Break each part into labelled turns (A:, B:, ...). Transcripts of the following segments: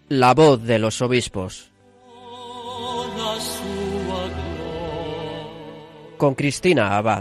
A: La voz de los obispos. Con Cristina Abad.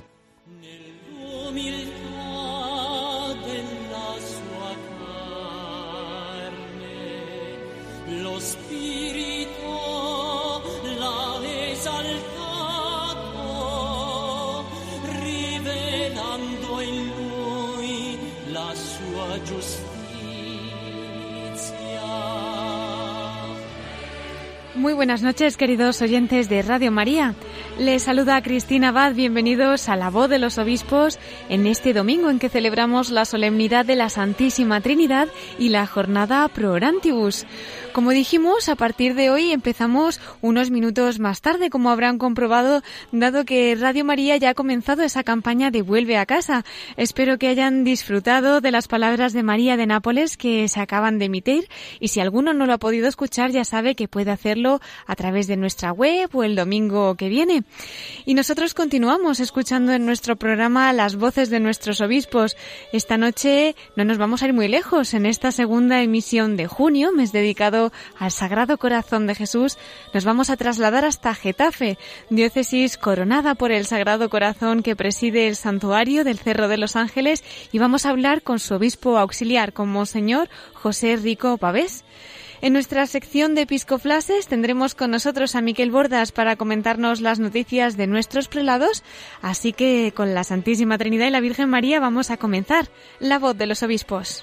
B: Muy buenas noches, queridos oyentes de Radio María. Les saluda Cristina Abad. Bienvenidos a La Voz de los Obispos en este domingo en que celebramos la solemnidad de la Santísima Trinidad y la jornada Pro Orantibus. Como dijimos, a partir de hoy empezamos unos minutos más tarde, como habrán comprobado, dado que Radio María ya ha comenzado esa campaña de Vuelve a casa. Espero que hayan disfrutado de las palabras de María de Nápoles que se acaban de emitir, y si alguno no lo ha podido escuchar ya sabe que puede hacerlo a través de nuestra web o el domingo que viene. Y nosotros continuamos escuchando en nuestro programa las voces de nuestros obispos. Esta noche no nos vamos a ir muy lejos. En esta segunda emisión de junio, mes dedicado al Sagrado Corazón de Jesús, nos vamos a trasladar hasta Getafe, diócesis coronada por el Sagrado Corazón que preside el santuario del Cerro de los Ángeles, y vamos a hablar con su obispo auxiliar, con Monseñor José Rico Pavés. En nuestra sección de Episcoflases tendremos con nosotros a Miquel Bordas para comentarnos las noticias de nuestros prelados, así que con la Santísima Trinidad y la Virgen María vamos a comenzar La Voz de los Obispos.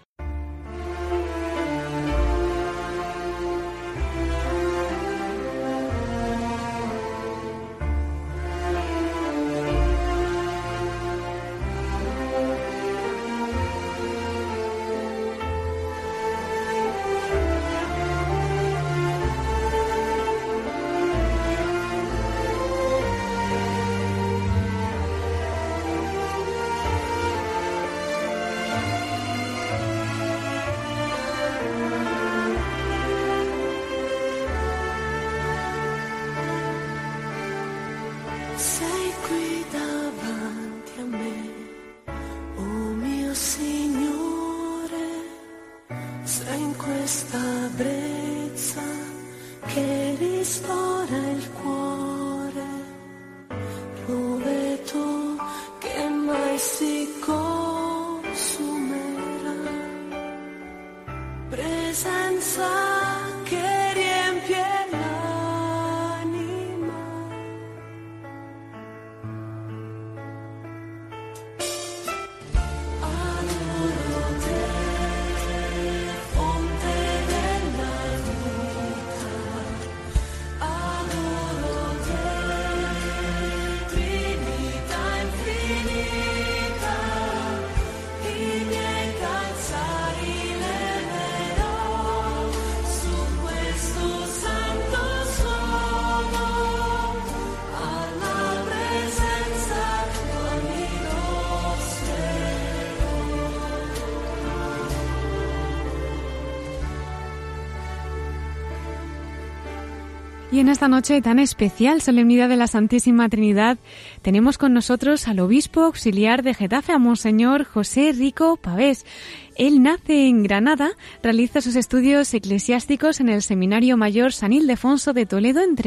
B: Y en esta noche tan especial, solemnidad de la Santísima Trinidad, tenemos con nosotros al obispo auxiliar de Getafe, a Monseñor José Rico Pavés. Él nace en Granada, realiza sus estudios eclesiásticos en el Seminario Mayor San Ildefonso de Toledo entre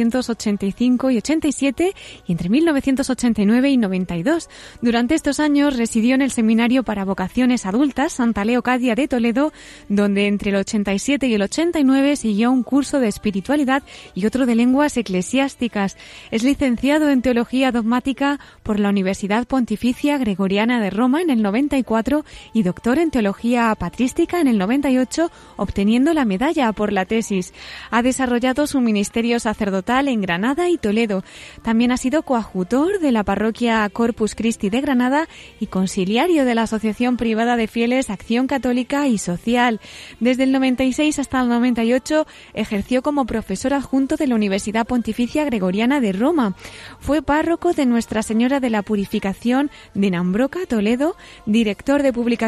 B: 1985 y 87 y entre 1989 y 92. Durante estos años residió en el Seminario para Vocaciones Adultas Santa Leocadia de Toledo, donde entre el 87 y el 89 siguió un curso de espiritualidad y otro de lenguas eclesiásticas. Es licenciado en Teología Dogmática por la Universidad Pontificia Gregoriana de Roma en el 94 y doctor en Teología Patrística en el 98, obteniendo la medalla por la tesis. Ha desarrollado su ministerio sacerdotal en Granada y Toledo. También ha sido coadjutor de la parroquia Corpus Christi de Granada y conciliario de la Asociación Privada de Fieles Acción Católica y Social. Desde el 96 hasta el 98 ejerció como profesor adjunto de la Universidad Pontificia Gregoriana de Roma. Fue párroco de Nuestra Señora de la Purificación de Nambroca, Toledo, director de publicaciones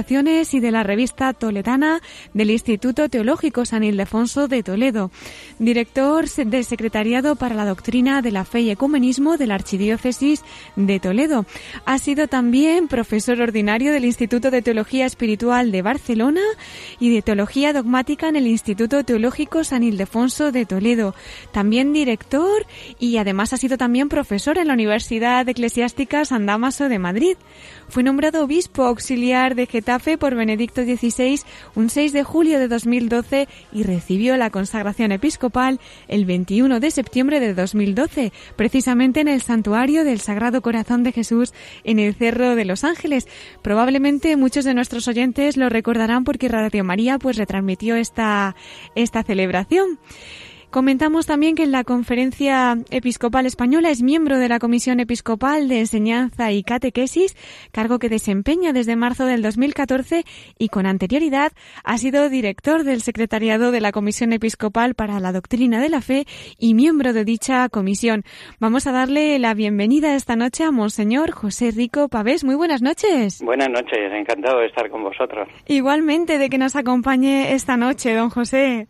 B: Ediciones y de la revista toledana del Instituto Teológico San Ildefonso de Toledo. Director del Secretariado para la Doctrina de la Fe y Ecumenismo de la Archidiócesis de Toledo. Ha sido también profesor ordinario del Instituto de Teología Espiritual de Barcelona y de Teología Dogmática en el Instituto Teológico San Ildefonso de Toledo. También director y además ha sido también profesor en la Universidad Eclesiástica San Dámaso de Madrid. Fue nombrado obispo auxiliar de Getafe por Benedicto XVI un 6 de julio de 2012 y recibió la consagración episcopal el 21 de septiembre de 2012, precisamente en el Santuario del Sagrado Corazón de Jesús en el Cerro de los Ángeles. Probablemente muchos de nuestros oyentes lo recordarán porque Radio María pues retransmitió esta celebración. Comentamos también que en la Conferencia Episcopal Española es miembro de la Comisión Episcopal de Enseñanza y Catequesis, cargo que desempeña desde marzo del 2014 y con anterioridad ha sido director del Secretariado de la Comisión Episcopal para la Doctrina de la Fe y miembro de dicha comisión. Vamos a darle la bienvenida esta noche a Monseñor José Rico Pavés. Muy buenas noches.
C: Buenas noches, encantado de estar con vosotros.
B: Igualmente de que nos acompañe esta noche, don José.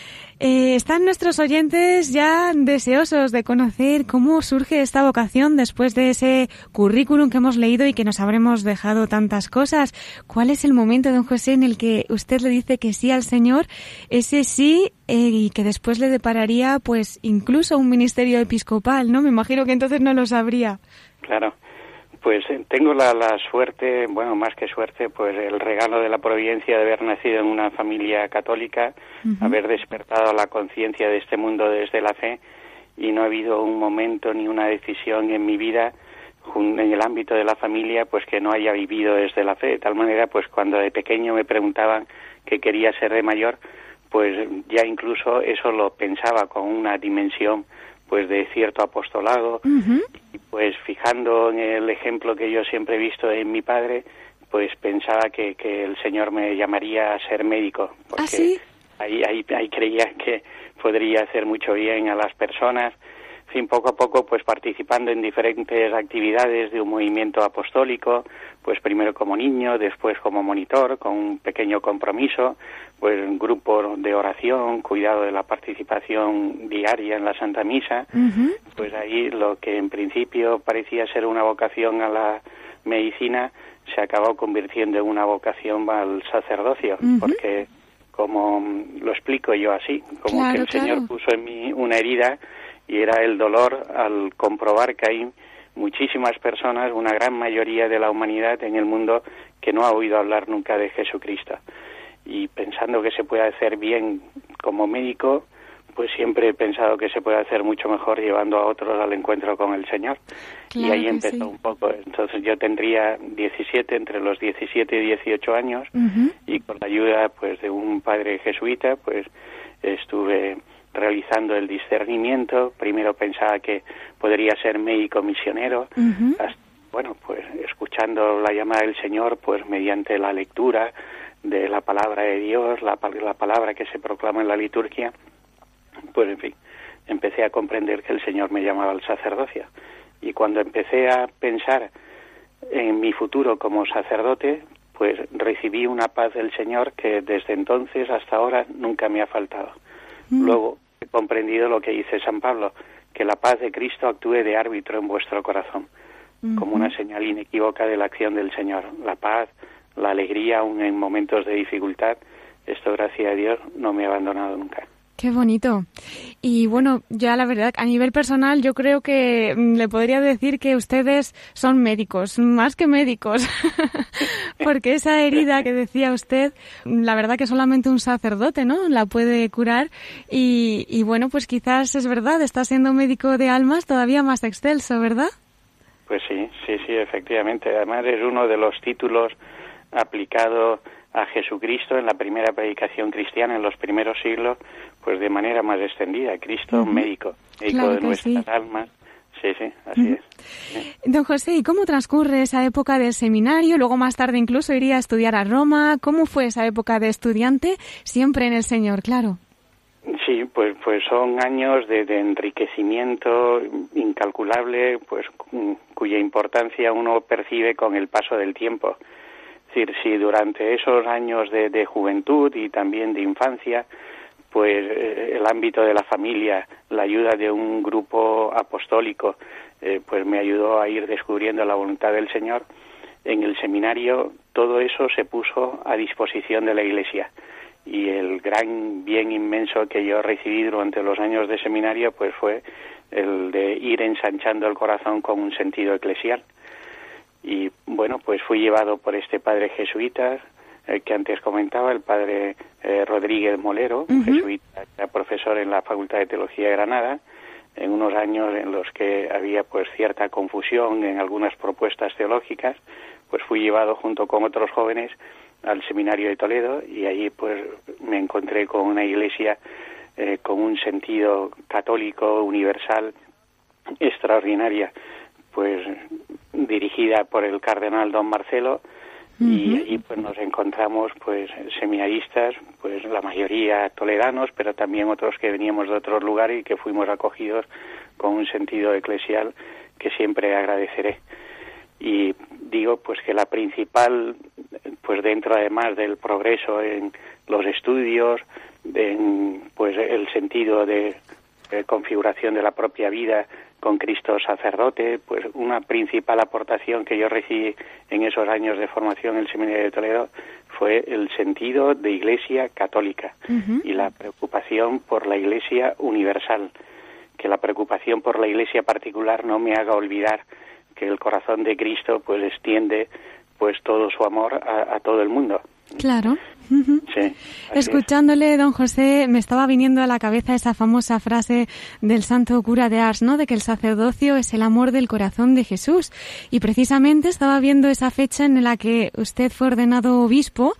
B: Están nuestros oyentes ya deseosos de conocer cómo surge esta vocación después de ese currículum que hemos leído y que nos habremos dejado tantas cosas. ¿Cuál es el momento, don José, en el que usted le dice que sí al Señor, ese sí, y que después le depararía pues incluso un ministerio episcopal, ¿no? Me imagino que entonces no lo sabría.
C: Claro. Pues tengo la suerte, bueno, más que suerte, pues el regalo de la providencia de haber nacido en una familia católica, haber despertado la conciencia de este mundo desde la fe, y no ha habido un momento ni una decisión en mi vida en el ámbito de la familia pues que no haya vivido desde la fe. De tal manera, pues cuando de pequeño me preguntaban qué quería ser de mayor, pues ya incluso eso lo pensaba con una dimensión pues de cierto apostolado, y pues fijando en el ejemplo que yo siempre he visto en mi padre, pues pensaba que el Señor me llamaría a ser médico, porque ¿sí? ahí creía que podría hacer mucho bien a las personas. En fin, poco a poco pues participando en diferentes actividades de un movimiento apostólico, pues primero como niño, después como monitor, con un pequeño compromiso, pues un grupo de oración, cuidado de la participación diaria en la Santa Misa, pues ahí lo que en principio parecía ser una vocación a la medicina se acabó convirtiendo en una vocación al sacerdocio, porque como lo explico yo así, como que el Señor puso en mí una herida y era el dolor al comprobar que hay muchísimas personas, una gran mayoría de la humanidad en el mundo que no ha oído hablar nunca de Jesucristo. Y pensando que se puede hacer bien como médico, pues siempre he pensado que se puede hacer mucho mejor llevando a otros al encuentro con el Señor. Claro, y ahí empezó un poco. Entonces yo tendría 17, entre los 17 y 18 años, y con la ayuda pues de un padre jesuita, pues estuve realizando el discernimiento. Primero pensaba que podría ser médico misionero, bueno, pues escuchando la llamada del Señor, pues mediante la lectura de la palabra de Dios, la palabra que se proclama en la liturgia, pues en fin, empecé a comprender que el Señor me llamaba al sacerdocio. Y cuando empecé a pensar en mi futuro como sacerdote, pues recibí una paz del Señor que desde entonces hasta ahora nunca me ha faltado. Luego he comprendido lo que dice San Pablo, que la paz de Cristo actúe de árbitro en vuestro corazón, como una señal inequívoca de la acción del Señor. La paz, la alegría, aun en momentos de dificultad, esto, gracias a Dios, no me ha abandonado nunca.
B: Qué bonito. Y bueno, ya la verdad, a nivel personal, yo creo que le podría decir que ustedes son médicos, más que médicos, porque esa herida que decía usted, la verdad que solamente un sacerdote, ¿no?, la puede curar, y bueno, pues quizás es verdad, está siendo médico de almas todavía más excelso, ¿verdad?
C: Pues sí, efectivamente. Además es uno de los títulos aplicado a Jesucristo en la primera predicación cristiana en los primeros siglos, pues de manera más extendida. Cristo, médico claro de nuestras almas. Sí, así es. Sí.
B: Don José, ¿y cómo transcurre esa época del seminario? Luego más tarde incluso iría a estudiar a Roma. ¿Cómo fue esa época de estudiante? Siempre en el Señor, claro.
C: Sí, pues son años de enriquecimiento incalculable, pues cuya importancia uno percibe con el paso del tiempo. Es decir, si durante esos años de juventud y también de infancia, pues el ámbito de la familia, la ayuda de un grupo apostólico, pues me ayudó a ir descubriendo la voluntad del Señor, en el seminario todo eso se puso a disposición de la Iglesia. Y el gran bien inmenso que yo recibí durante los años de seminario pues fue el de ir ensanchando el corazón con un sentido eclesial. Y bueno, pues fui llevado por este padre jesuita que antes comentaba, el padre Rodríguez Molero, jesuita, era profesor en la Facultad de Teología de Granada, en unos años en los que había pues cierta confusión en algunas propuestas teológicas, pues fui llevado junto con otros jóvenes al seminario de Toledo y allí pues me encontré con una iglesia con un sentido católico universal extraordinaria, pues dirigida por el cardenal don Marcelo, y allí pues nos encontramos pues seminaristas, pues la mayoría toledanos, pero también otros que veníamos de otros lugares y que fuimos acogidos con un sentido eclesial que siempre agradeceré. Y digo pues que la principal, pues dentro además del progreso en los estudios, en pues el sentido de configuración de la propia vida con Cristo sacerdote, pues una principal aportación que yo recibí en esos años de formación en el Seminario de Toledo fue el sentido de Iglesia católica y la preocupación por la Iglesia universal, que la preocupación por la Iglesia particular no me haga olvidar que el corazón de Cristo pues extiende pues todo su amor a todo el mundo.
B: Claro.
C: Sí,
B: escuchándole, don José, me estaba viniendo a la cabeza esa famosa frase del santo cura de Ars, ¿no?, de que el sacerdocio es el amor del corazón de Jesús. Y precisamente estaba viendo esa fecha en la que usted fue ordenado obispo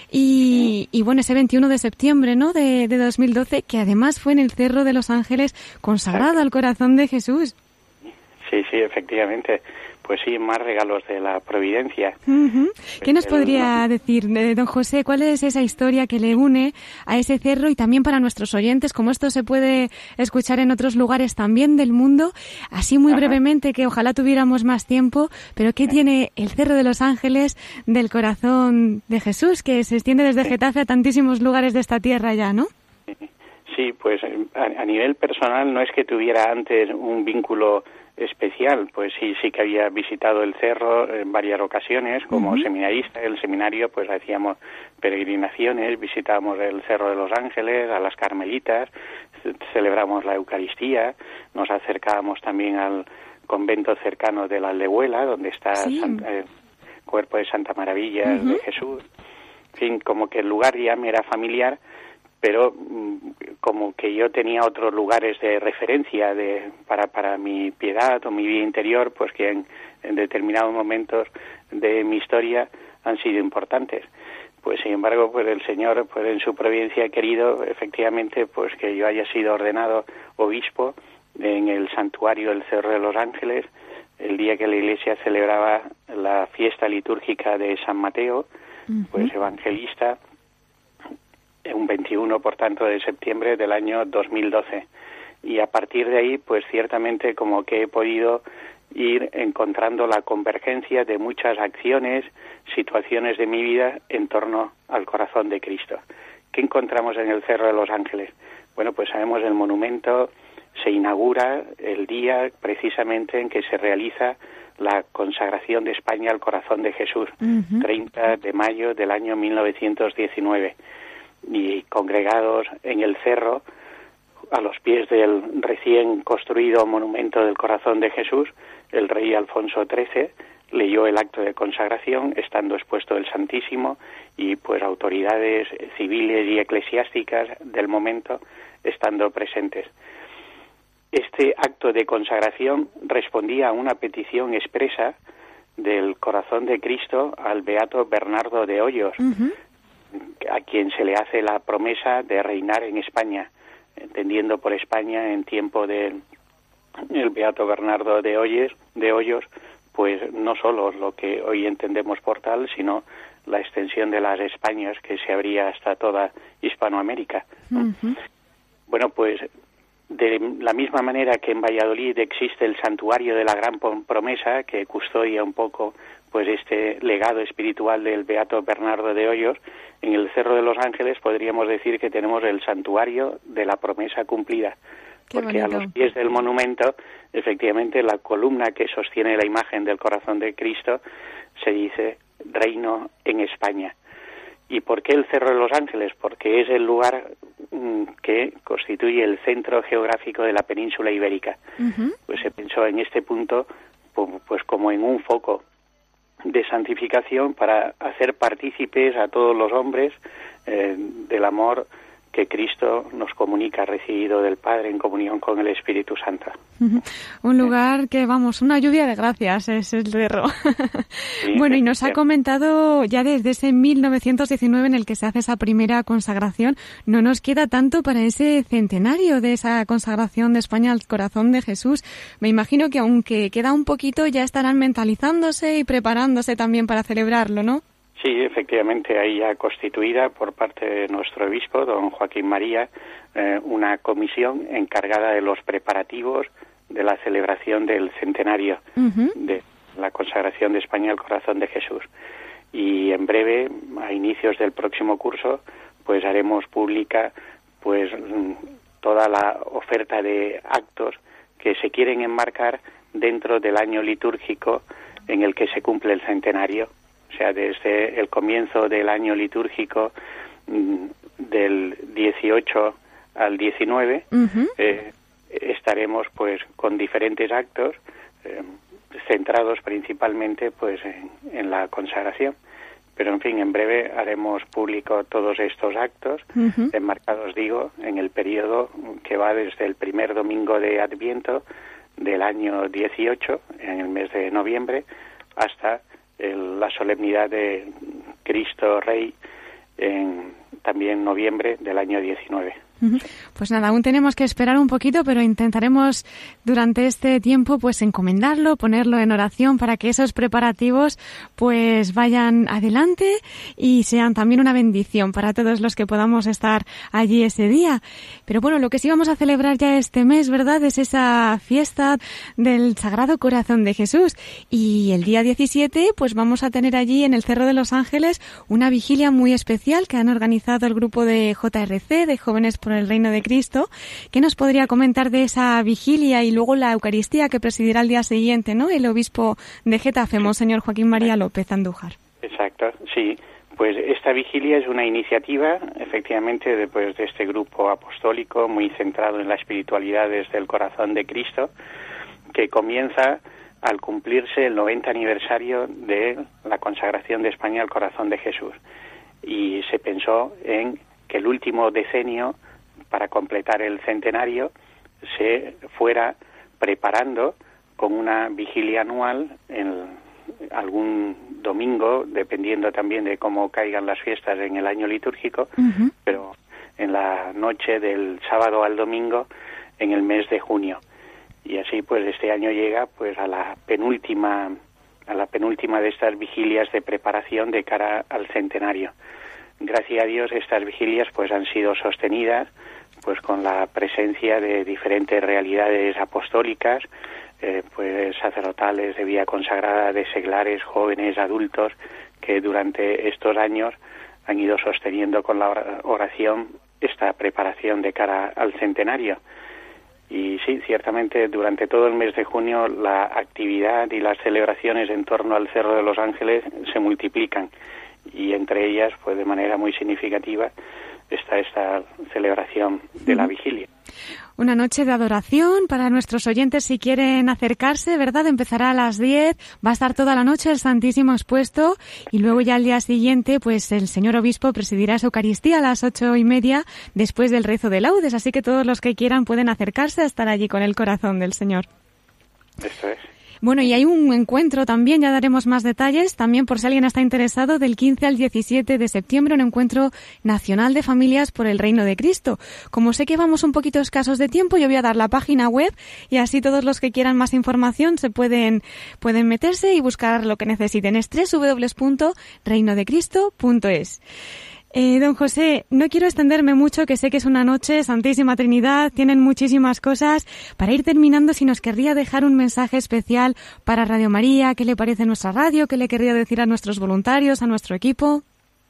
B: y bueno, ese 21 de septiembre, ¿no?, de 2012, que además fue en el Cerro de los Ángeles, consagrado al corazón de Jesús.
C: Sí, efectivamente. Pues sí, más regalos de la providencia.
B: ¿Qué nos podría decir, don José? ¿Cuál es esa historia que le une a ese cerro y también para nuestros oyentes, como esto se puede escuchar en otros lugares también del mundo? Así muy brevemente, que ojalá tuviéramos más tiempo, pero ¿qué tiene el Cerro de los Ángeles del corazón de Jesús, que se extiende desde Getafe a tantísimos lugares de esta tierra ya, ¿no?
C: Sí, pues a nivel personal no es que tuviera antes un vínculo especial, pues sí que había visitado el cerro en varias ocasiones como seminarista. En el seminario pues hacíamos peregrinaciones, visitábamos el Cerro de los Ángeles, a las Carmelitas, celebramos la Eucaristía, nos acercábamos también al convento cercano de la Aldehuela, donde está el cuerpo de Santa Maravilla de Jesús. En fin, como que el lugar ya me era familiar, pero como que yo tenía otros lugares de referencia para mi piedad o mi vida interior, pues que en determinados momentos de mi historia han sido importantes. Pues sin embargo, pues el Señor, pues en su providencia ha querido efectivamente pues que yo haya sido ordenado obispo en el santuario del Cerro de los Ángeles, el día que la Iglesia celebraba la fiesta litúrgica de San Mateo, pues evangelista, un 21, por tanto, de septiembre del año 2012. Y a partir de ahí, pues ciertamente como que he podido ir encontrando la convergencia de muchas acciones, situaciones de mi vida en torno al corazón de Cristo. ¿Qué encontramos en el Cerro de los Ángeles? Bueno, pues sabemos el monumento se inaugura el día precisamente en que se realiza la consagración de España al corazón de Jesús, 30 de mayo del año 1919. Y congregados en el cerro, a los pies del recién construido monumento del corazón de Jesús, el rey Alfonso XIII leyó el acto de consagración, estando expuesto el Santísimo, y pues autoridades civiles y eclesiásticas del momento estando presentes. Este acto de consagración respondía a una petición expresa del corazón de Cristo al beato Bernardo de Hoyos, a quien se le hace la promesa de reinar en España, entendiendo por España en tiempo del beato Bernardo de Hoyos, pues no solo lo que hoy entendemos por tal, sino la extensión de las Españas que se abría hasta toda Hispanoamérica. Bueno, pues De la misma manera que en Valladolid existe el Santuario de la Gran Promesa, que custodia un poco pues este legado espiritual del beato Bernardo de Hoyos, en el Cerro de los Ángeles podríamos decir que tenemos el Santuario de la Promesa Cumplida.
B: Qué
C: porque
B: bonito.
C: A los pies del monumento, efectivamente, la columna que sostiene la imagen del corazón de Cristo se dice Reino en España. ¿Y por qué el Cerro de los Ángeles? Porque es el lugar que constituye el centro geográfico de la península ibérica.
B: Uh-huh.
C: Pues se pensó en este punto pues como en un foco de santificación para hacer partícipes a todos los hombres del amor que Cristo nos comunica, recibido del Padre en comunión con el Espíritu Santo.
B: Un lugar que, vamos, una lluvia de gracias es el Cerro.
C: Sí,
B: bueno, y nos ha comentado ya desde ese 1919 en el que se hace esa primera consagración, no nos queda tanto para ese centenario de esa consagración de España al corazón de Jesús. Me imagino que aunque queda un poquito ya estarán mentalizándose y preparándose también para celebrarlo, ¿no?
C: Sí, efectivamente, hay ya constituida por parte de nuestro obispo, don Joaquín María, una comisión encargada de los preparativos de la celebración del centenario uh-huh. de la consagración de España al corazón de Jesús. Y en breve, a inicios del próximo curso, pues haremos pública pues toda la oferta de actos que se quieren enmarcar dentro del año litúrgico en el que se cumple el centenario. O sea, desde el comienzo del año litúrgico del 18 al 19 uh-huh. Estaremos pues con diferentes actos centrados principalmente pues en la consagración. Pero en fin, en breve haremos público todos estos actos uh-huh. enmarcados, digo, en el periodo que va desde el primer domingo de Adviento del año 18, en el mes de noviembre, hasta la solemnidad de Cristo Rey en también noviembre del año 19.
B: Pues nada, aún tenemos que esperar un poquito, pero intentaremos durante este tiempo pues encomendarlo, ponerlo en oración para que esos preparativos pues vayan adelante y sean también una bendición para todos los que podamos estar allí ese día. Pero bueno, lo que sí vamos a celebrar ya este mes, ¿verdad?, es esa fiesta del Sagrado Corazón de Jesús. Y el día 17 pues vamos a tener allí en el Cerro de los Ángeles una vigilia muy especial que han organizado el grupo de JRC, de Jóvenes por el Reino de Cristo. ¿Qué nos podría comentar de esa vigilia y luego la Eucaristía que presidirá el día siguiente, ¿no?, el obispo de Getafe, Monseñor Joaquín María López Andújar?
C: Exacto, sí. Pues esta vigilia es una iniciativa, efectivamente, de este grupo apostólico muy centrado en la espiritualidad desde el corazón de Cristo, que comienza al cumplirse el 90 aniversario de la consagración de España al corazón de Jesús. Y se pensó en que el último decenio, para completar el centenario, se fuera preparando con una vigilia anual en algún domingo, dependiendo también de cómo caigan las fiestas en el año litúrgico, uh-huh. pero en la noche del sábado al domingo en el mes de junio. Y así pues este año llega pues a la penúltima de estas vigilias de preparación de cara al centenario. Gracias a Dios estas vigilias pues han sido sostenidas pues con la presencia de diferentes realidades apostólicas, pues sacerdotales de vida consagrada, de seglares, jóvenes, adultos, que durante estos años han ido sosteniendo con la oración esta preparación de cara al centenario. Y sí, ciertamente durante todo el mes de junio la actividad y las celebraciones en torno al Cerro de los Ángeles se multiplican, y entre ellas pues de manera muy significativa está esta celebración de la vigilia.
B: Una noche de adoración para nuestros oyentes si quieren acercarse, ¿verdad? Empezará a las 10, va a estar toda la noche el Santísimo expuesto y luego ya al día siguiente pues el señor obispo presidirá esa Eucaristía a las 8:30 después del rezo de laudes, así que todos los que quieran pueden acercarse a estar allí con el corazón del Señor.
C: Esto es.
B: Bueno, y hay un encuentro también, ya daremos más detalles, también por si alguien está interesado, del 15 al 17 de septiembre, un encuentro nacional de familias por el Reino de Cristo. Como sé que vamos un poquito escasos de tiempo, yo voy a dar la página web y así todos los que quieran más información se pueden meterse y buscar lo que necesiten. Es www.reinodecristo.es. Don José, no quiero extenderme mucho, que sé que es una noche, Santísima Trinidad, tienen muchísimas cosas. Para ir terminando, si nos querría dejar un mensaje especial para Radio María, ¿qué le parece nuestra radio? ¿Qué le querría decir a nuestros voluntarios, a nuestro equipo?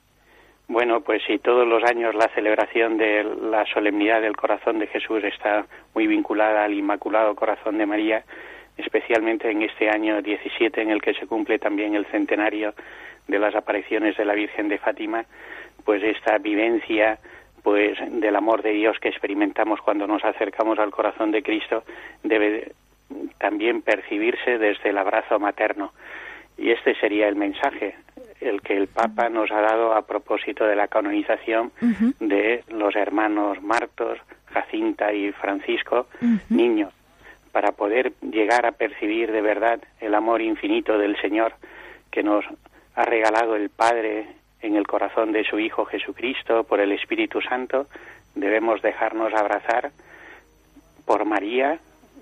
C: Bueno, pues sí, todos los años la celebración de la solemnidad del Corazón de Jesús está muy vinculada al Inmaculado Corazón de María, especialmente en este año 17, en el que se cumple también el centenario de las apariciones de la Virgen de Fátima. Pues esta vivencia pues del amor de Dios que experimentamos cuando nos acercamos al corazón de Cristo debe también percibirse desde el abrazo materno. Y este sería el mensaje, el que el Papa nos ha dado a propósito de la canonización de los hermanos Martos, Jacinta y Francisco, niños, para poder llegar a percibir de verdad el amor infinito del Señor que nos ha regalado el Padre en el corazón de su Hijo Jesucristo por el Espíritu Santo. Debemos dejarnos abrazar por María,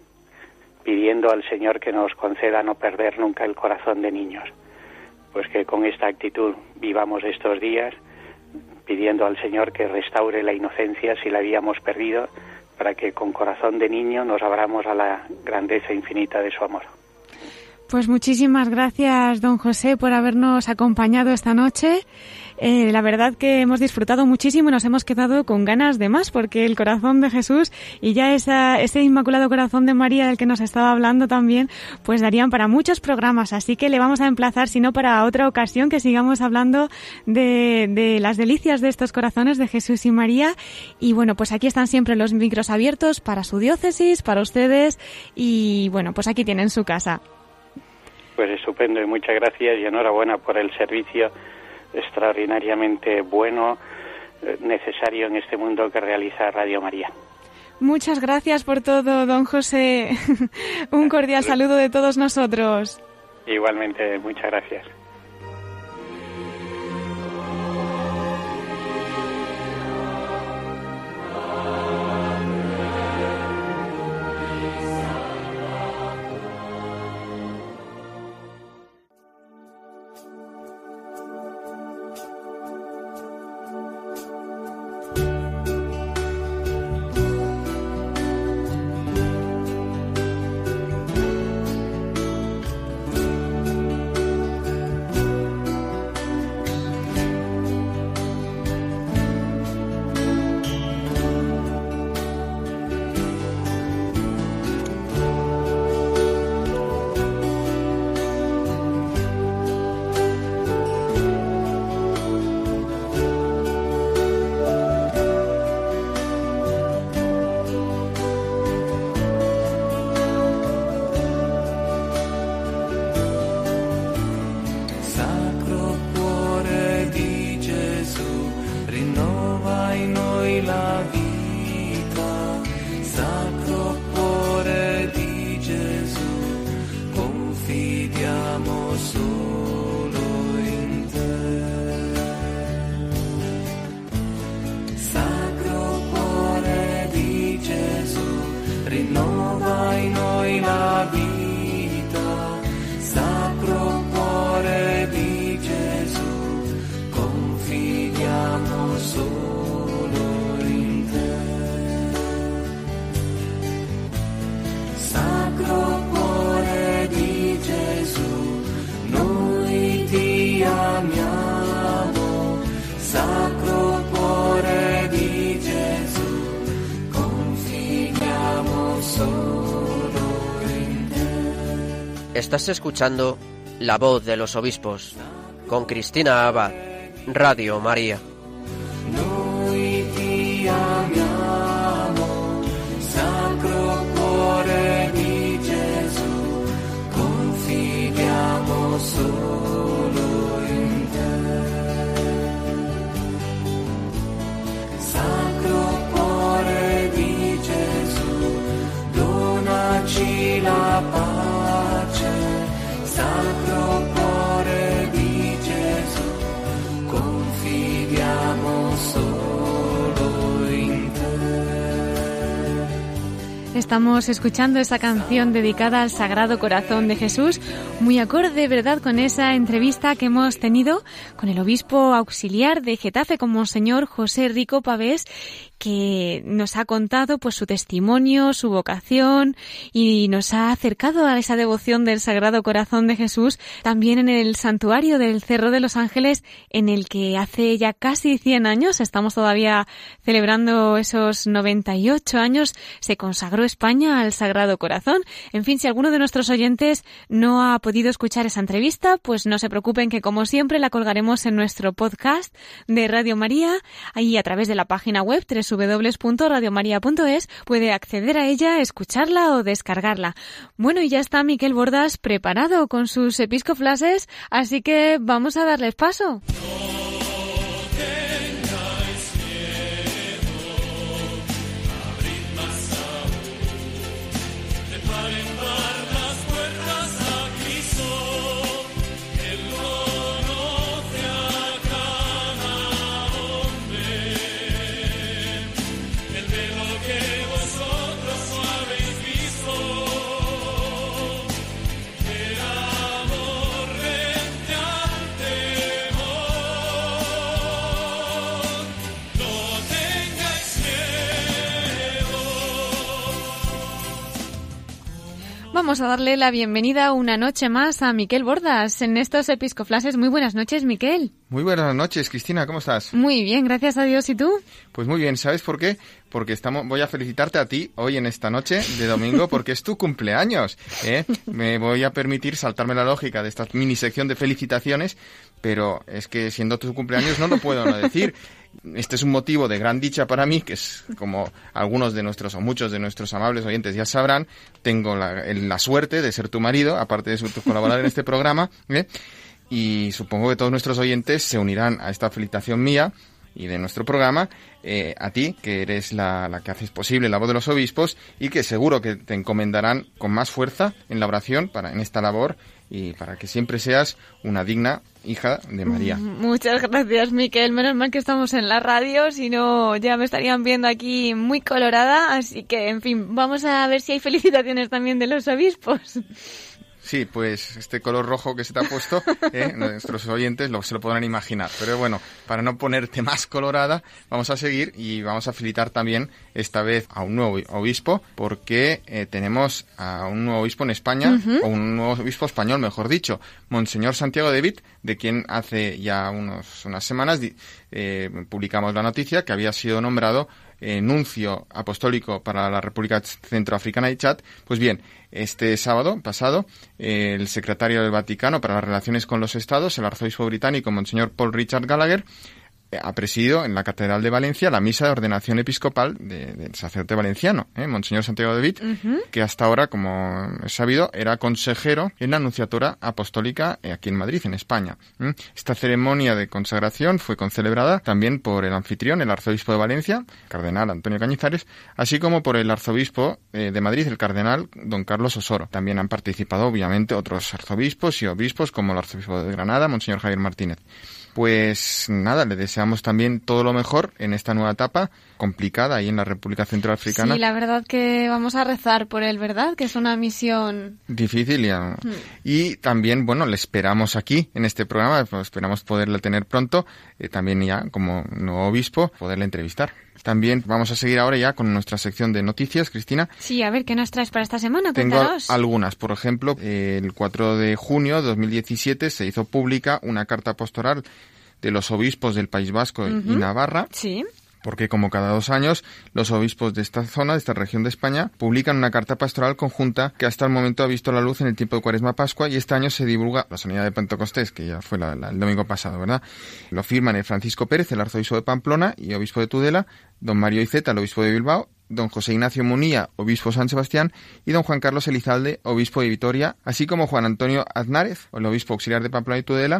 C: pidiendo al Señor que nos conceda no perder nunca el corazón de niños. Pues que con esta actitud vivamos estos días, pidiendo al Señor que restaure la inocencia si la habíamos perdido, para que con corazón de niño nos abramos a la grandeza infinita de su amor.
B: Pues muchísimas gracias, don José, por habernos acompañado esta noche. La verdad que hemos disfrutado muchísimo y nos hemos quedado con ganas de más, porque el corazón de Jesús y ya ese Inmaculado Corazón de María del que nos estaba hablando también, pues darían para muchos programas. Así que le vamos a emplazar, si no para otra ocasión, que sigamos hablando de las delicias de estos corazones de Jesús y María. Y bueno, pues aquí están siempre los micros abiertos para su diócesis, para ustedes. Y bueno, pues aquí tienen su casa.
C: Pues estupendo y muchas gracias y enhorabuena por el servicio extraordinariamente bueno, necesario en este mundo que realiza Radio María.
B: Muchas gracias por todo, don José. Un cordial saludo de todos nosotros.
C: Igualmente, muchas gracias.
A: Estás escuchando La Voz de los Obispos con Cristina Abad, Radio María.
D: Noi ti amiamo, Sacro Cuore di Gesù, confidiamo solo in te. Sacro Cuore di Gesù, donaci la pace. Sacro Cuore di Gesù, confidiamo
B: Estamos escuchando esa canción dedicada al Sagrado Corazón de Jesús, muy acorde, ¿verdad?, con esa entrevista que hemos tenido con el obispo auxiliar de Getafe, con Monseñor José Rico Pavés, que nos ha contado pues su testimonio, su vocación, y nos ha acercado a esa devoción del Sagrado Corazón de Jesús también en el santuario del Cerro de los Ángeles, en el que hace ya casi 100 años, estamos todavía celebrando esos 98 años, se consagró España al Sagrado Corazón. En fin, si alguno de nuestros oyentes no ha podido escuchar esa entrevista, pues no se preocupen, que como siempre la colgaremos en nuestro podcast de Radio María, ahí a través de la página web www.radiomaria.es, puede acceder a ella, escucharla o descargarla. Bueno, y ya está Miquel Bordas preparado con sus episcoflases, así que vamos a darles paso. Vamos a darle la bienvenida una noche más a Miquel Bordas en estos episcoflases. Muy buenas noches, Miquel.
E: Muy buenas noches, Cristina, ¿cómo estás?
B: Muy bien, gracias a Dios. ¿Y tú?
E: Pues muy bien, ¿sabes por qué? Porque voy a felicitarte a ti hoy en esta noche de domingo porque es tu cumpleaños, ¿eh? Me voy a permitir saltarme la lógica de esta mini sección de felicitaciones, pero es que siendo tu cumpleaños no lo puedo no decir. Este es un motivo de gran dicha para mí, que es como algunos de nuestros o muchos de nuestros amables oyentes ya sabrán, tengo la suerte de ser tu marido, aparte de colaborar en este programa, ¿eh? Y supongo que todos nuestros oyentes se unirán a esta felicitación mía y de nuestro programa, a ti, que eres la que haces posible la voz de los obispos y que seguro que te encomendarán con más fuerza en la oración en esta labor y para que siempre seas una digna hija de María.
B: Muchas gracias, Miquel. Menos mal que estamos en la radio, si no ya me estarían viendo aquí muy colorada, así que, en fin, vamos a ver si hay felicitaciones también de los obispos.
E: Sí, pues este color rojo que se te ha puesto, nuestros oyentes se lo podrán imaginar. Pero bueno, para no ponerte más colorada, vamos a seguir y vamos a felicitar también esta vez a un nuevo obispo, porque tenemos a un nuevo obispo en España, o un nuevo obispo español, mejor dicho, Monseñor Santiago de Vitt, de quien hace ya unas semanas publicamos la noticia que había sido nombrado nuncio apostólico para la República Centroafricana y Chad. Pues bien, este sábado pasado, el secretario del Vaticano para las Relaciones con los Estados, el arzobispo británico Monseñor Paul Richard Gallagher, ha presidido en la Catedral de Valencia la misa de ordenación episcopal del sacerdote valenciano, Monseñor Santiago de Vitt, que hasta ahora, como es sabido, era consejero en la Nunciatura Apostólica aquí en Madrid, en España. Esta ceremonia de consagración fue concelebrada también por el anfitrión, el arzobispo de Valencia, cardenal Antonio Cañizares, así como por el arzobispo de Madrid, el cardenal don Carlos Osoro. También han participado, obviamente, otros arzobispos y obispos, como el arzobispo de Granada, Monseñor Javier Martínez. Pues nada, le deseamos también todo lo mejor en esta nueva etapa complicada ahí en la República Centroafricana.
B: Sí, la verdad que vamos a rezar por él, ¿verdad? Que es una misión
E: difícil ya. Y también, bueno, le esperamos aquí en este programa, pues esperamos poderle tener pronto, también ya como nuevo obispo, poderle entrevistar. También vamos a seguir ahora ya con nuestra sección de noticias, Cristina.
B: Sí, a ver, ¿qué nos traes para esta semana?
E: Tengo
B: Cuéntanos.
E: Algunas. Por ejemplo, el 4 de junio de 2017 se hizo pública una carta pastoral de los obispos del País Vasco y Navarra.
B: Sí.
E: Porque como cada 2 años, los obispos de esta zona, de esta región de España, publican una carta pastoral conjunta que hasta el momento ha visto la luz en el tiempo de Cuaresma-Pascua, y este año se divulga la solemnidad de Pentecostés, que ya fue el domingo pasado, ¿verdad? Lo firman el Francisco Pérez, el arzobispo de Pamplona y obispo de Tudela, don Mario Iceta, el obispo de Bilbao, don José Ignacio Munía, obispo de San Sebastián, y don Juan Carlos Elizalde, obispo de Vitoria, así como Juan Antonio Aznárez, el obispo auxiliar de Pamplona y Tudela,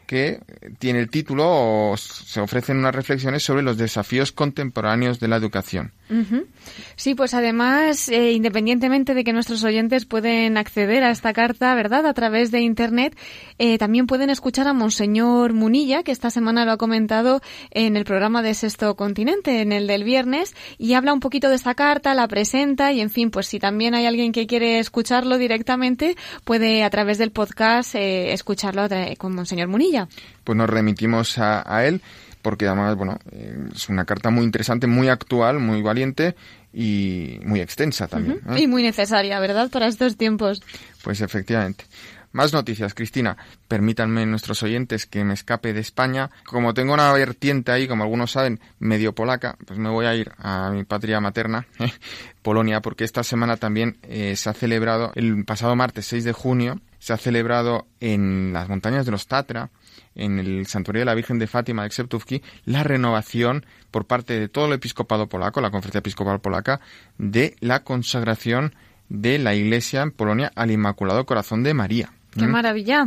E: que tiene el título, o se ofrecen unas reflexiones sobre los desafíos contemporáneos de la educación.
B: Uh-huh. Sí, pues además, independientemente de que nuestros oyentes pueden acceder a esta carta, ¿verdad?, a través de Internet, también pueden escuchar a Monseñor Munilla, que esta semana lo ha comentado en el programa de Sexto Continente, en el del viernes, y habla un poquito de esta carta, la presenta, y en fin, pues si también hay alguien que quiere escucharlo directamente, puede a través del podcast escucharlo con Monseñor Munilla.
E: Pues nos remitimos a él, porque además, bueno, es una carta muy interesante, muy actual, muy valiente y muy extensa también.
B: Uh-huh. Y muy necesaria, ¿verdad?, para estos tiempos.
E: Pues efectivamente. Más noticias, Cristina. Permítanme, nuestros oyentes, que me escape de España. Como tengo una vertiente ahí, como algunos saben, medio polaca, pues me voy a ir a mi patria materna, Polonia, porque esta semana también se ha celebrado, el pasado martes 6 de junio, se ha celebrado en las montañas de los Tatra, en el Santuario de la Virgen de Fátima de Szeptówki, la renovación por parte de todo el episcopado polaco, la Conferencia Episcopal Polaca, de la consagración de la Iglesia en Polonia al Inmaculado Corazón de María.
B: ¡Qué maravilla!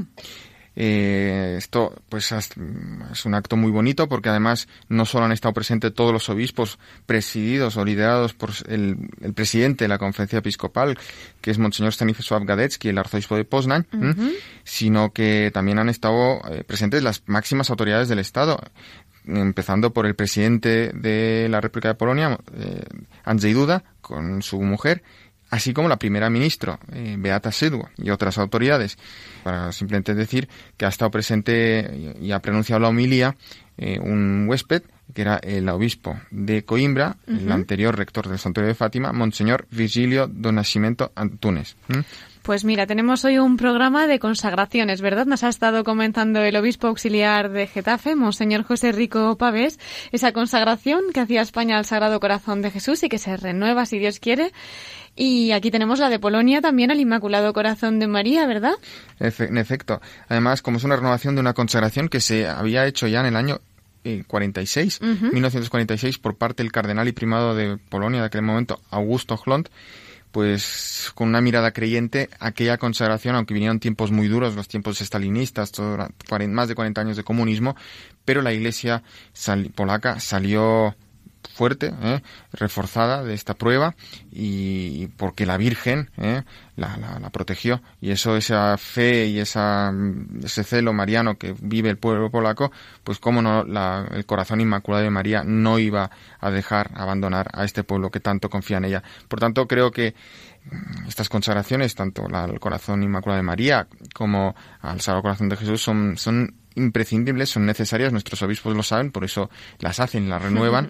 E: Esto pues es un acto muy bonito, porque además no solo han estado presentes todos los obispos presididos o liderados por el presidente de la Conferencia Episcopal, que es Monseñor Stanisław Gadecki, el arzobispo de Poznań, uh-huh, sino que también han estado presentes las máximas autoridades del Estado, empezando por el presidente de la República de Polonia, Andrzej Duda, con su mujer, así como la primera ministra, Beata Szydło, y otras autoridades. Para simplemente decir que ha estado presente y ha pronunciado la homilía un huésped, que era el obispo de Coimbra, uh-huh, el anterior rector del Santuario de Fátima, Monseñor Virgilio do Nascimento Antunes.
B: Pues mira, tenemos hoy un programa de consagraciones, ¿verdad? Nos ha estado comentando el obispo auxiliar de Getafe, Monseñor José Rico Pavés, esa consagración que hacía España al Sagrado Corazón de Jesús y que se renueva, si Dios quiere. Y aquí tenemos la de Polonia también al Inmaculado Corazón de María, ¿verdad?
E: En efecto. Además, como es una renovación de una consagración que se había hecho ya en el año 46, uh-huh, 1946, por parte del cardenal y primado de Polonia de aquel momento, Augusto Hlond, pues con una mirada creyente, aquella consagración, aunque vinieron tiempos muy duros, los tiempos estalinistas, más de 40 años de comunismo, pero la Iglesia polaca salió fuerte, reforzada de esta prueba, y porque la Virgen la protegió, y esa fe y ese celo mariano que vive el pueblo polaco, pues cómo no, el corazón inmaculado de María no iba a dejar abandonar a este pueblo que tanto confía en ella. Por tanto, creo que estas consagraciones, tanto al corazón inmaculado de María como al Sagrado Corazón de Jesús, son imprescindibles, son necesarias, nuestros obispos lo saben, por eso las hacen, las renuevan,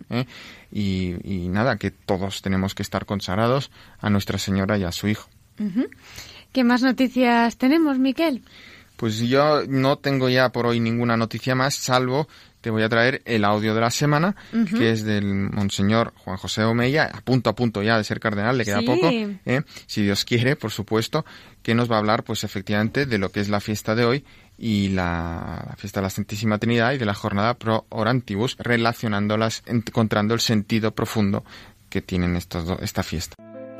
E: y nada, que todos tenemos que estar consagrados a Nuestra Señora y a su Hijo.
B: Uh-huh. ¿Qué más noticias tenemos, Miquel?
E: Pues yo no tengo ya por hoy ninguna noticia más, salvo te voy a traer el audio de la semana, uh-huh, que es del Monseñor Juan José Omeya, a punto ya de ser cardenal, le queda poco, si Dios quiere, por supuesto, que nos va a hablar, pues efectivamente, de lo que es la fiesta de hoy y la fiesta de la Santísima Trinidad, y de la jornada Pro Orantibus, relacionándolas, encontrando el sentido profundo que tienen esta fiesta.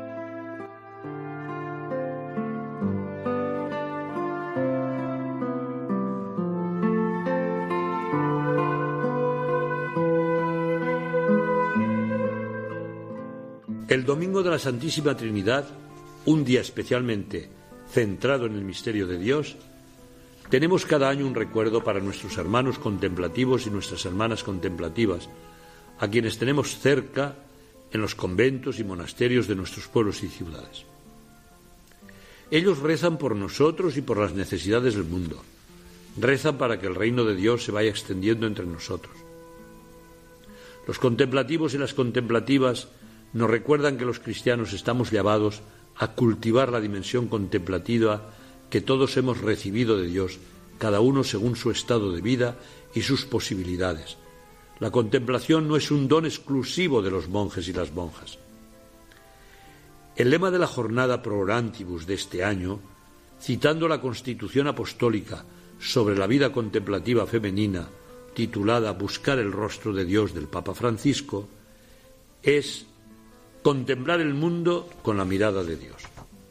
F: El Domingo de la Santísima Trinidad, un día especialmente centrado en el misterio de Dios, tenemos cada año un recuerdo para nuestros hermanos contemplativos y nuestras hermanas contemplativas, a quienes tenemos cerca en los conventos y monasterios de nuestros pueblos y ciudades. Ellos rezan por nosotros y por las necesidades del mundo. Rezan para que el reino de Dios se vaya extendiendo entre nosotros. Los contemplativos y las contemplativas nos recuerdan que los cristianos estamos llamados a cultivar la dimensión contemplativa que todos hemos recibido de Dios, cada uno según su estado de vida y sus posibilidades. La contemplación no es un don exclusivo de los monjes y las monjas. El lema de la jornada Pro Orantibus de este año, citando la Constitución Apostólica sobre la vida contemplativa femenina, titulada Buscar el rostro de Dios del Papa Francisco, es contemplar el mundo con la mirada de Dios.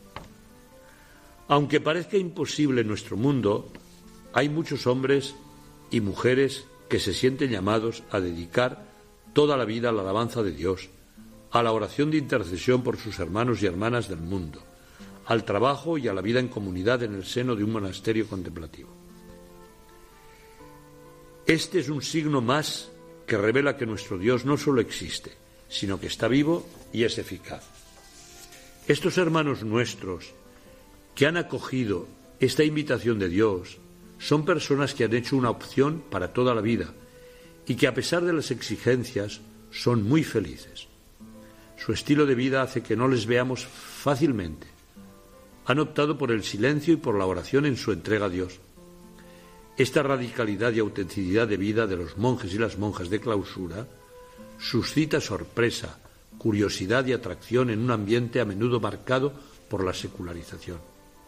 F: Aunque parezca imposible en nuestro mundo, hay muchos hombres y mujeres que se sienten llamados a dedicar toda la vida a la alabanza de Dios, a la oración de intercesión por sus hermanos y hermanas del mundo, al trabajo y a la vida en comunidad en el seno de un monasterio contemplativo. Este es un signo más que revela que nuestro Dios no solo existe, sino que está vivo y es eficaz. Estos hermanos nuestros que han acogido esta invitación de Dios son personas que han hecho una opción para toda la vida y que a pesar de las exigencias son muy felices. Su estilo de vida hace que no les veamos fácilmente. Han optado por el silencio y por la oración en su entrega a Dios. Esta radicalidad y autenticidad de vida de los monjes y las monjas de clausura suscita sorpresa, curiosidad y atracción en un ambiente a menudo marcado por la secularización.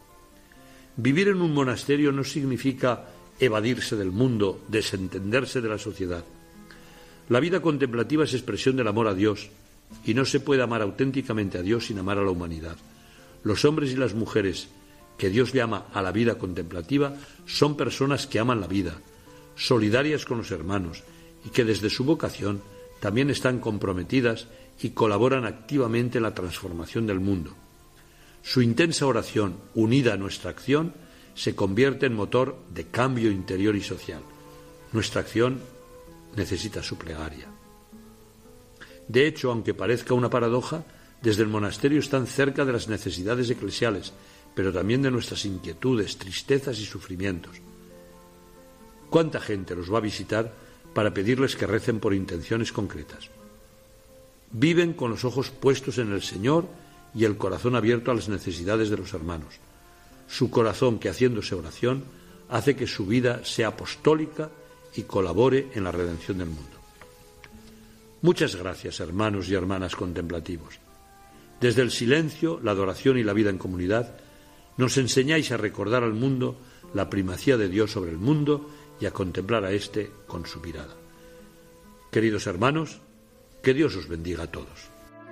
F: Vivir en un monasterio no significa evadirse del mundo, desentenderse de la sociedad. La vida contemplativa es expresión del amor a Dios y no se puede amar auténticamente a Dios sin amar a la humanidad. Los hombres y las mujeres que Dios llama a la vida contemplativa son personas que aman la vida, solidarias con los hermanos y que desde su vocación también están comprometidas y colaboran activamente en la transformación del mundo. Su intensa oración, unida a nuestra acción, se convierte en motor de cambio interior y social. Nuestra acción necesita su plegaria. De hecho, aunque parezca una paradoja, desde el monasterio están cerca de las necesidades eclesiales, pero también de nuestras inquietudes, tristezas y sufrimientos. ¿Cuánta gente los va a visitar para pedirles que recen por intenciones concretas? Viven con los ojos puestos en el Señor y el corazón abierto a las necesidades de los hermanos. Su corazón, que haciéndose oración, hace que su vida sea apostólica y colabore en la redención del mundo. Muchas gracias, hermanos y hermanas contemplativos. Desde el silencio, la adoración y la vida en comunidad, nos enseñáis a recordar al mundo la primacía de Dios sobre el mundo y a contemplar a éste con su mirada. Queridos hermanos, que Dios os bendiga a todos.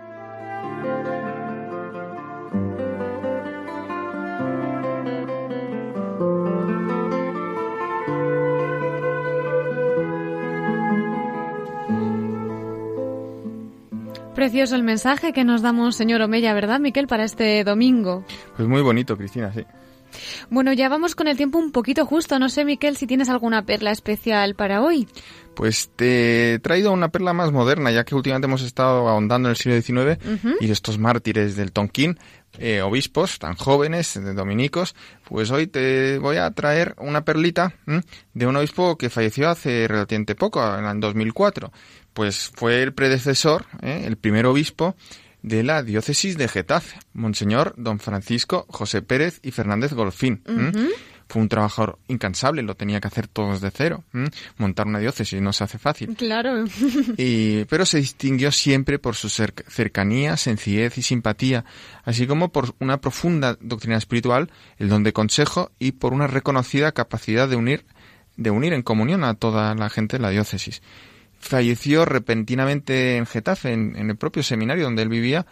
B: Precioso el mensaje que nos da Monseñor Omella, ¿verdad, Miquel, para este domingo?
E: Pues muy bonito, Cristina, sí.
B: Bueno, ya vamos con el tiempo un poquito justo. No sé, Miquel, si tienes alguna perla especial para hoy.
E: Pues te he traído una perla más moderna, ya que últimamente hemos estado ahondando en el siglo XIX y estos mártires del Tonquín, obispos tan jóvenes, dominicos. Pues hoy te voy a traer una perlita de un obispo que falleció hace relativamente poco, en el 2004. Pues fue el predecesor, el primer obispo de la diócesis de Getafe, Monseñor Don Francisco José Pérez y Fernández Golfín. Fue un trabajador incansable, lo tenía que hacer todo desde cero. Montar una diócesis no se hace fácil.
B: Claro.
E: Pero se distinguió siempre por su cercanía, sencillez y simpatía, así como por una profunda doctrina espiritual, el don de consejo y por una reconocida capacidad de unir en comunión a toda la gente de la diócesis. Falleció repentinamente en Getafe, en el propio seminario donde él vivía,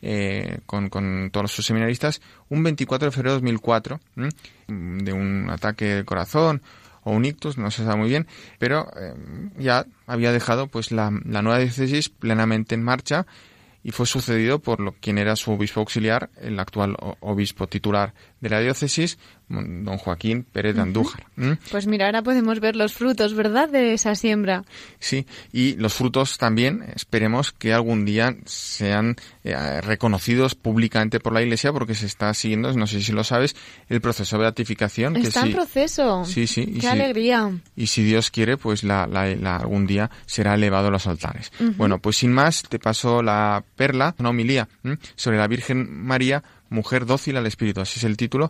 E: con todos sus seminaristas, un 24 de febrero de 2004, de un ataque del corazón o un ictus, no se sabe muy bien, pero ya había dejado pues la nueva diócesis plenamente en marcha y fue sucedido por quien era su obispo auxiliar, el actual obispo titular de la diócesis, don Joaquín Pérez de Andújar.
B: Pues mira, ahora podemos ver los frutos, ¿verdad?, de esa siembra.
E: Sí, y los frutos también esperemos que algún día sean reconocidos públicamente por la Iglesia, porque se está siguiendo, no sé si lo sabes, el proceso de beatificación.
B: Está en proceso.
E: Sí, sí.
B: Qué alegría.
E: Y si Dios quiere, pues algún día será elevado a los altares. Bueno, pues sin más, te paso la perla, una homilía sobre la Virgen María, mujer dócil al Espíritu. Así es el título,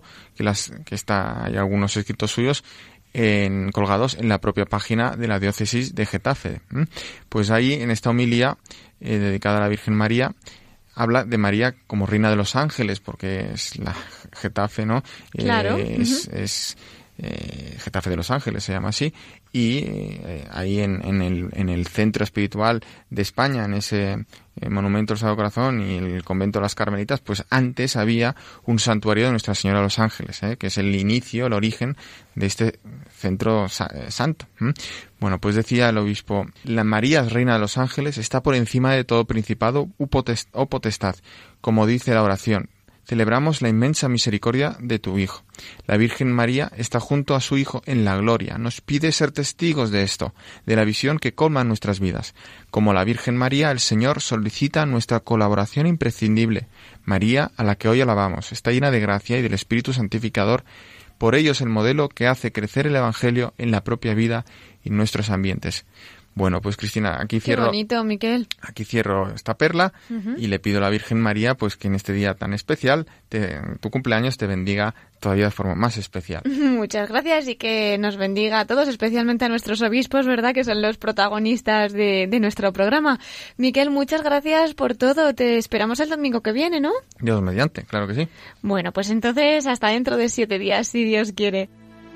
E: hay algunos escritos suyos colgados en la propia página de la diócesis de Getafe. Pues ahí, en esta homilía dedicada a la Virgen María, habla de María como reina de los ángeles, porque es la Getafe, ¿no?
B: Claro.
E: Es Getafe de los Ángeles se llama así, y ahí en el centro espiritual de España, en ese monumento al Sagrado Corazón y el convento de las Carmelitas, pues antes había un santuario de Nuestra Señora de los Ángeles, que es el inicio, el origen de este centro santo. Bueno, pues decía el obispo, la María, reina de los ángeles, está por encima de todo principado o potestad, como dice la oración. Celebramos la inmensa misericordia de tu Hijo. La Virgen María está junto a su Hijo en la gloria. Nos pide ser testigos de esto, de la visión que colma nuestras vidas. Como la Virgen María, el Señor solicita nuestra colaboración imprescindible. María, a la que hoy alabamos, está llena de gracia y del Espíritu Santificador. Por ello es el modelo que hace crecer el Evangelio en la propia vida y en nuestros ambientes. Bueno, pues Cristina, aquí cierro.
B: Qué bonito, Miquel.
E: Aquí cierro esta perla y le pido a la Virgen María pues que en este día tan especial, tu cumpleaños, te bendiga todavía de forma más especial.
B: Muchas gracias y que nos bendiga a todos, especialmente a nuestros obispos, ¿verdad?, que son los protagonistas de nuestro programa. Miquel, muchas gracias por todo. Te esperamos el domingo que viene, ¿no?
E: Dios mediante, claro que sí.
B: Bueno, pues entonces hasta dentro de 7 días, si Dios quiere.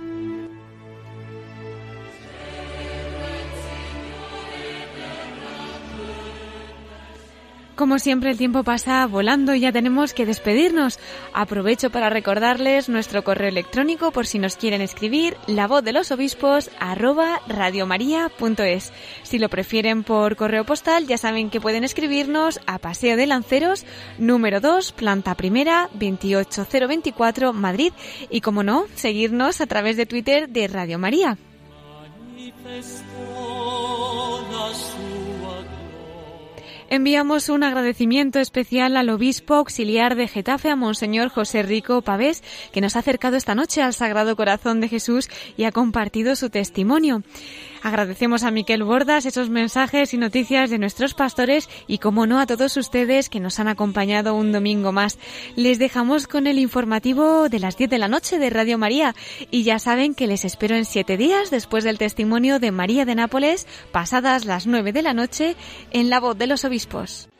B: Como siempre, el tiempo pasa volando y ya tenemos que despedirnos. Aprovecho para recordarles nuestro correo electrónico por si nos quieren escribir, lavozdelosobispos@radiomaria.es. Si lo prefieren por correo postal, ya saben que pueden escribirnos a Paseo de Lanceros, número 2, planta primera, 28024, Madrid. Y como no, seguirnos a través de Twitter de Radio María. Enviamos un agradecimiento especial al obispo auxiliar de Getafe, a Monseñor José Rico Pavés, que nos ha acercado esta noche al Sagrado Corazón de Jesús y ha compartido su testimonio. Agradecemos a Miquel Bordas esos mensajes y noticias de nuestros pastores y, como no, a todos ustedes que nos han acompañado un domingo más. Les dejamos con el informativo de las 10 de la noche de Radio María y ya saben que les espero en 7 días después del testimonio de María de Nápoles, pasadas las 9 de la noche, en La Voz de los Obispos.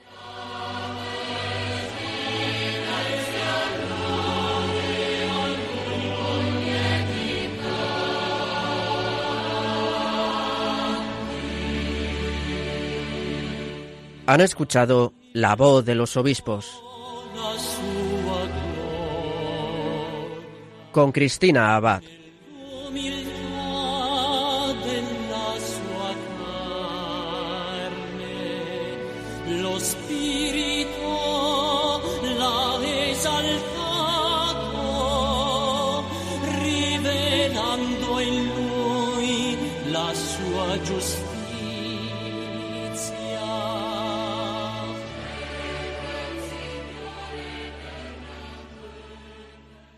A: Han escuchado La Voz de los Obispos con Cristina Abad.
D: Lo Spirito l'ha esaltato, rivelando in lui la sua giustizia.